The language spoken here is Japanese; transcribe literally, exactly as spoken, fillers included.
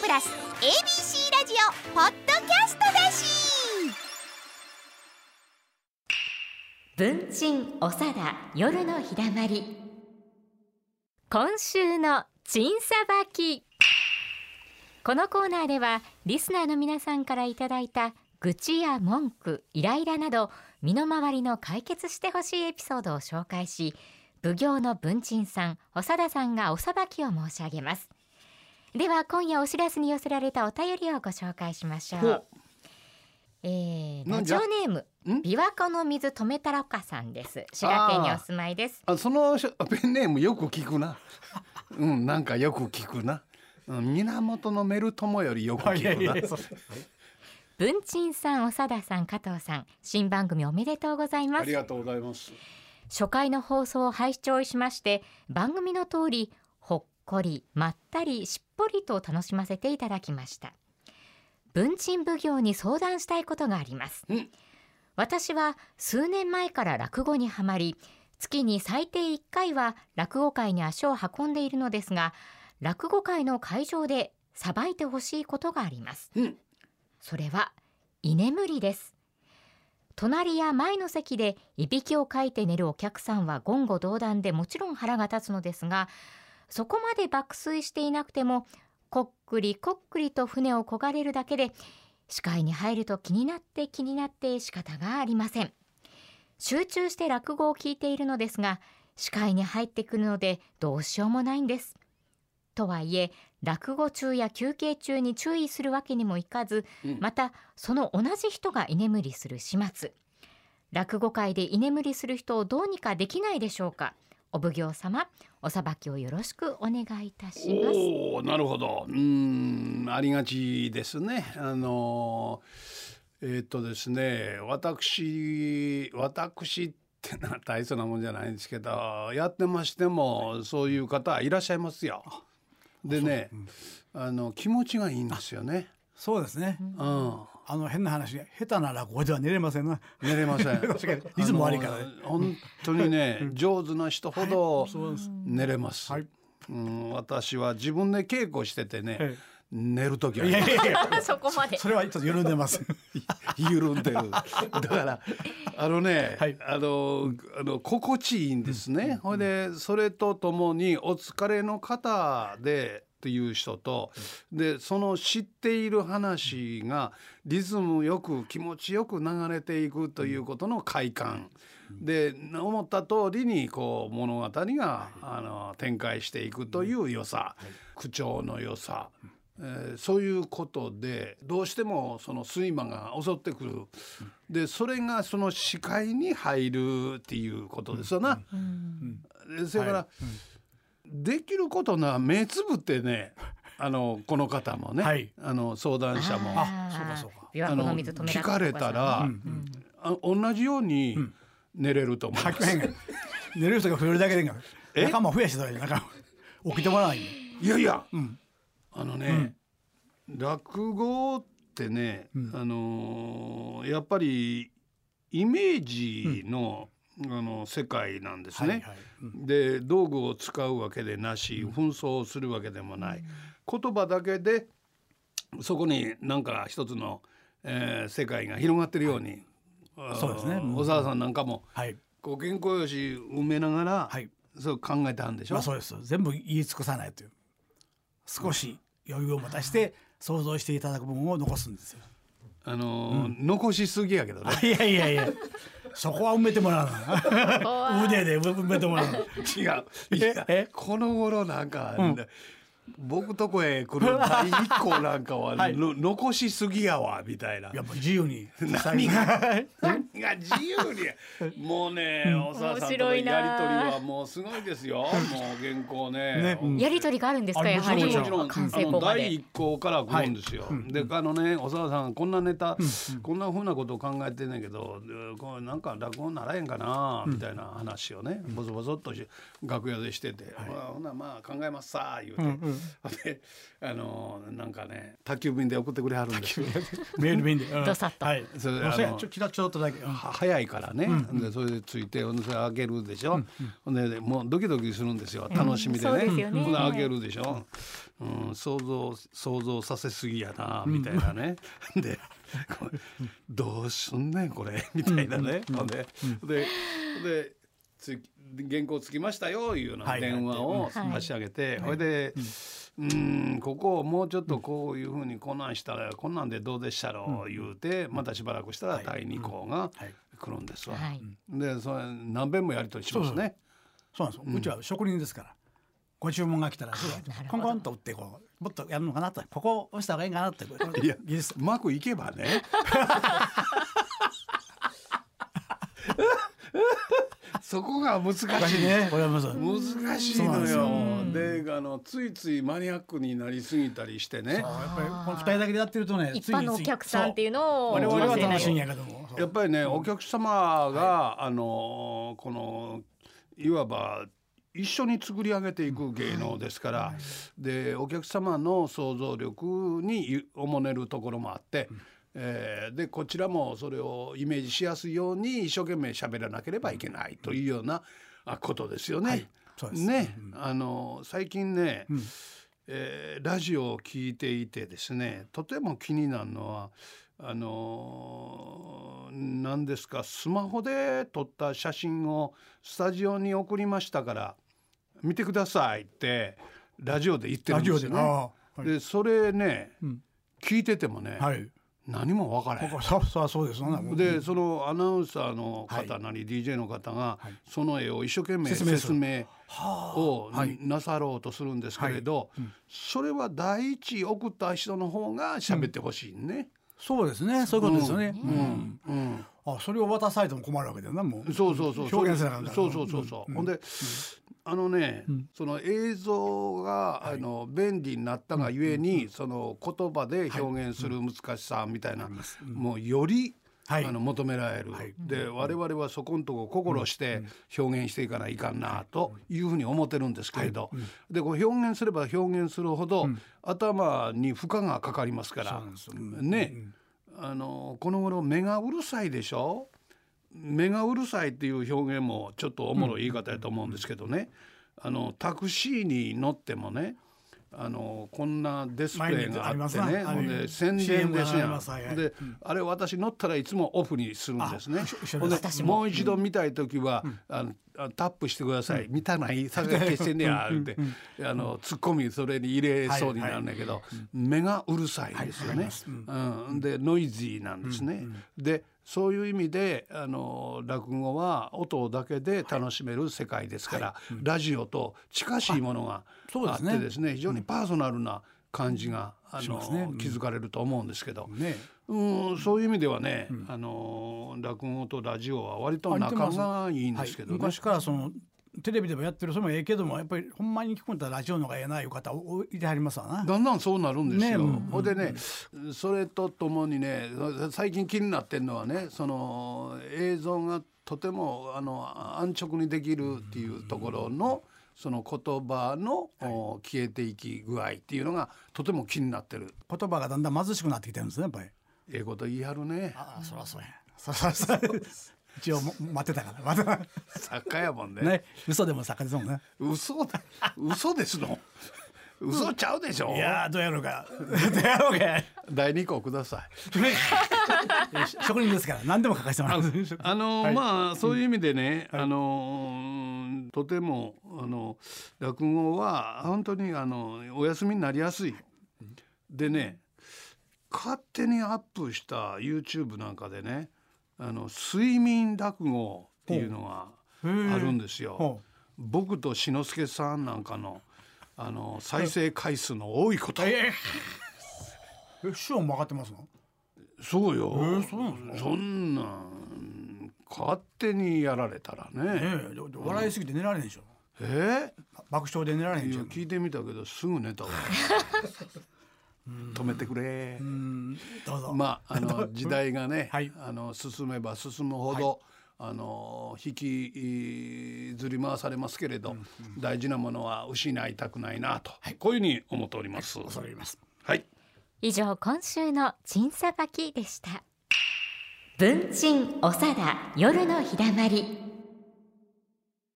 プラス エービーシー ラジオポッドキャストだし。 文鎮おさだ夜のひだまり。今週のチンさばき。このコーナーではリスナーの皆さんからいただいた愚痴や文句、イライラなど身の回りの解決してほしいエピソードを紹介し、奉行の文鎮さん、長田さんがおさばきを申し上げます。では今夜お知らせに寄せられたお便りをご紹介しましょう。えー、ラジオネーム琵琶湖の水止めたらかさんです。滋賀県にお住まいです。 あ、そのペンネームよく聞くなうん、なんかよく聞くな、うん、源のメル友よりよく聞くな。 文鎮さん、長田さん、加藤さん、新番組おめでとうございます。 ありがとうございます。 初回の放送を拝聴しまして、番組の通りほっこりまったりしっぽりと楽しませていただきました。文鎮奉行に相談したいことがあります。私は数年前から落語にはまり、月に最低いっかいは落語会に足を運んでいるのですが、落語会の会場でさばいてほしいことがあります。うん、それは居眠りです。隣や前の席でいびきをかいて寝るお客さんは言語道断でもちろん腹が立つのですが、そこまで爆睡していなくてもこっくりこっくりと船を焦がれるだけで視界に入ると気になって気になって仕方がありません。集中して落語を聞いているのですが、視界に入ってくるのでどうしようもないんです。とはいえ落語中や休憩中に注意するわけにもいかず、うん、またその同じ人が居眠りする始末、落語会で居眠りする人をどうにかできないでしょうか。お奉行様、おさばきをよろしくお願いいたします。 おー、なるほど。うーん、ありがちですね。あのえー、っとですね私私ってのは大層なもんじゃないんですけど、やってましてもそういう方いらっしゃいますよ。でね、うん、あの気持ちがいいんですよね。 そうですね、うん、あの変な話、下手な落語では寝れませんな。 寝れませんリズム悪いからね。 本当にね上手な人ほど寝れます、はい、うん、私は自分で稽古しててね、はい、寝るときは、 いやいやいやそこまでそれはちょっと緩んでます緩んでる。だからあのね、はい、あのあの心地いいんですね。ほ、うん、いでそれとともにお疲れの方でっていう人と、でその知っている話がリズムよく気持ちよく流れていくということの快感で、思った通りにこう物語があの展開していくという良さ、口調の良さ、えー、そういうことでどうしてもその睡魔が襲ってくる。でそれがその視界に入るっていうことですよな。でそれから、はい、できることな目つぶってね、あのこの方もね、はい、あの相談者もあそうかそうかあの聞かれたら、うんうん、同じように寝れると思います、うん、 寝れる人が増えるだけで仲間増やしてたらいい。仲間起きてもらわない。 いやいや、うん、あのね、うん、落語ってね、うん、あのー、やっぱりイメージの、うん、あの世界なんですね、はいはい、うん、で道具を使うわけでなし、紛争をするわけでもない、うん、言葉だけでそこに何か一つの、えー、世界が広がってるように、はい、そうですね。小沢さんなんかも、はい、こう原稿用紙埋めながら、はい、そう考えてあるんでしょ、 まあ、そうです。全部言い尽くさないという、少し余裕を持たして想像していただく部分を残すんですよ。 あのーうん、残しすぎやけどね。 いやいやいやそこは埋めてもらうな腕で埋めてもらうの。 違う。いやえこの頃なんか、うん、僕とこへ来る第一項なんかは、はい、の残しすぎやわみたいな。 いやもう自由に何が何が自由にもうね、うん、おささんとのやり取りはもうすごいですよ。もう原稿 ね, ねやり取りがあるんですか。やはりもちろん完成項まで第一項から来るんですよ、はい、であのねおささんこんなネタ、うん、こんなふうなことを考えてんねんけどこれなんか落語にならへんかなみたいな話をね、うん、ボソボソっと楽屋でしてて、はい、ほなまあ考えますさ言うて、うんうんであのなんかね宅急便で送ってくれはるんですよメール便で、 どさっと、 はい、 それあのあのちょちょちょっとだけ、うん、 は早いからね、でそれでついてほんでそれ開けるでしょ、ほんでもうドキドキするんですよ楽しみでね、 そうですよねほんで開けるでしょ、うん、想像想像させすぎやなみたいなね、でこれどうすんねんこれみたいなね、ほんでででつ原稿つきましたよいうような電話を差し上げて、それで、うーんここをもうちょっとこういうふうにこんなんしたらこんなんでどうでしたろう言うて、またしばらくしたら第二項が来るんですわ。 はい、 でそれ何遍もやり取りしますね。 そうなんですよ、うちは職人ですから、ご注文が来たらすぐコンコンと打ってこうもっとやるのかなと、ここ押した方がいいかなっていやうまくいけばねそこが難しいね、これは難しいのよ。であのついついマニアックになりすぎたりしてね、 やっぱりこのふたりだけでやってるとね、 一般のお客さんっていうのを我々は楽しいんやけども、 やっぱりね、お客様が、あのこのいわば一緒に作り上げていく芸能ですから、でお客様の想像力におもねるところもあって、えー、でこちらもそれをイメージしやすいように一生懸命喋らなければいけないというようなことですよね。はい、 そうですね、うん、あの最近ね、うんえー、ラジオを聞いていてですね、とても気になるのはあのー、何ですか、スマホで撮った写真をスタジオに送りましたから見てくださいってラジオで言ってるんですよね。 はい、 でそれね、うん、聞いててもね、 はい、 何も分からへん。 そうそうそうですね。 でそのアナウンサーの方なり、はい、ディージェー の方が、はい、その絵を一生懸命説明をなさろうとするんですけれど、はいはい、それは第一送った人の方が喋ってほしいね、うん、 そうですね、そういうことですよね、 うんうんうん、 あそれを渡されても困るわけだよな、もうそうそうそう表現せなかったら、 そうそうそうそう、うん、ほんで、うん、あのね、うん、その映像が、はい、あの便利になったがゆえに、うん、その言葉で表現する難しさみたいな、はい、もうよりはい、あの求められる、はい、で我々はそこのとこ心して表現していかないかんなというふうに思ってるんですけれど、はい、でこう表現すれば表現するほど、うん、頭に負荷がかかりますから、うん、ね、うん、あのこの頃目がうるさいでしょ。目がうるさいっていう表現もちょっとおもろい言い方やと思うんですけどね、あのタクシーに乗ってもね、あのこんなディスプレイがあってね、ほんで宣伝ですやん、で、うん、あれ私乗ったらいつもオフにするんですね。ほんでもう一度見たい時は、うん、あのタップしてください、うん、見たないさが消してんねやって、うんうん、あのツッコミそれに入れそうになるんだけど、はいはい、目がうるさいですよね、はいうん、でノイジーなんですね、うんうん、でそういう意味であの落語は音だけで楽しめる世界ですから、はいはい、ラジオと近しいものがあってですね、非常にパーソナルな感じが、うん、あの、ね、気づかれると思うんですけど、ね、うん、そういう意味ではね、うん、あの落語とラジオは割と仲がいいんですけどね、 はい、昔からそのテレビでもやってるそれもええけども、やっぱりほんまに聞くんだったらラジオの方がええないう方いてはりますわな。 だんだんそうなるんですよ、ね、ほ、うん、でね、うん、それとともにね、最近気になってるのはね、その映像がとてもあの安直にできるっていうところのその言葉の、はい、消えていき具合っていうのがとても気になってる。 言葉がだんだん貧しくなってきてるんですね、やっぱり。 ええこと言い張るね。 ああ、そらそうや。そらそうや。一応待ってたから。 作家やもんね。 ね、嘘でも作家ですもんね。 嘘だ、嘘ですの。嘘ちゃうでしょ。 いやどうやろうか。どうやろうか。 第二項ください。 職人ですから何でも書かせてもらう。 あの、はい、まあそういう意味でね、はい、あのとてもあの落語は本当にあのお休みになりやすい。でね、勝手にアップした YouTube なんかでね、あの睡眠落語っていうのがあるんですよ。僕と志の輔さんなんかのあの再生回数の多いこと。えー、え師匠も分かってますの？ そうよ、 えー、そうなんですね。 そんなん勝手にやられたらね、 えー、笑いすぎて寝られへんでしょ。 えー、 爆笑で寝られへんでしょ。 聞いてみたけどすぐ寝たわ。止めてくれ。うん、どうぞ。まああの時代がね、はい、あの進めば進むほど、はい、 あの引きずり回されますけれど、うんうん、大事なものは失いたくないなと、はい、こういうふうに思っております。 はい、恐れ入ります。 はい。 以上、今週の珍さばきでした。文鎮おさだ夜のひだまり。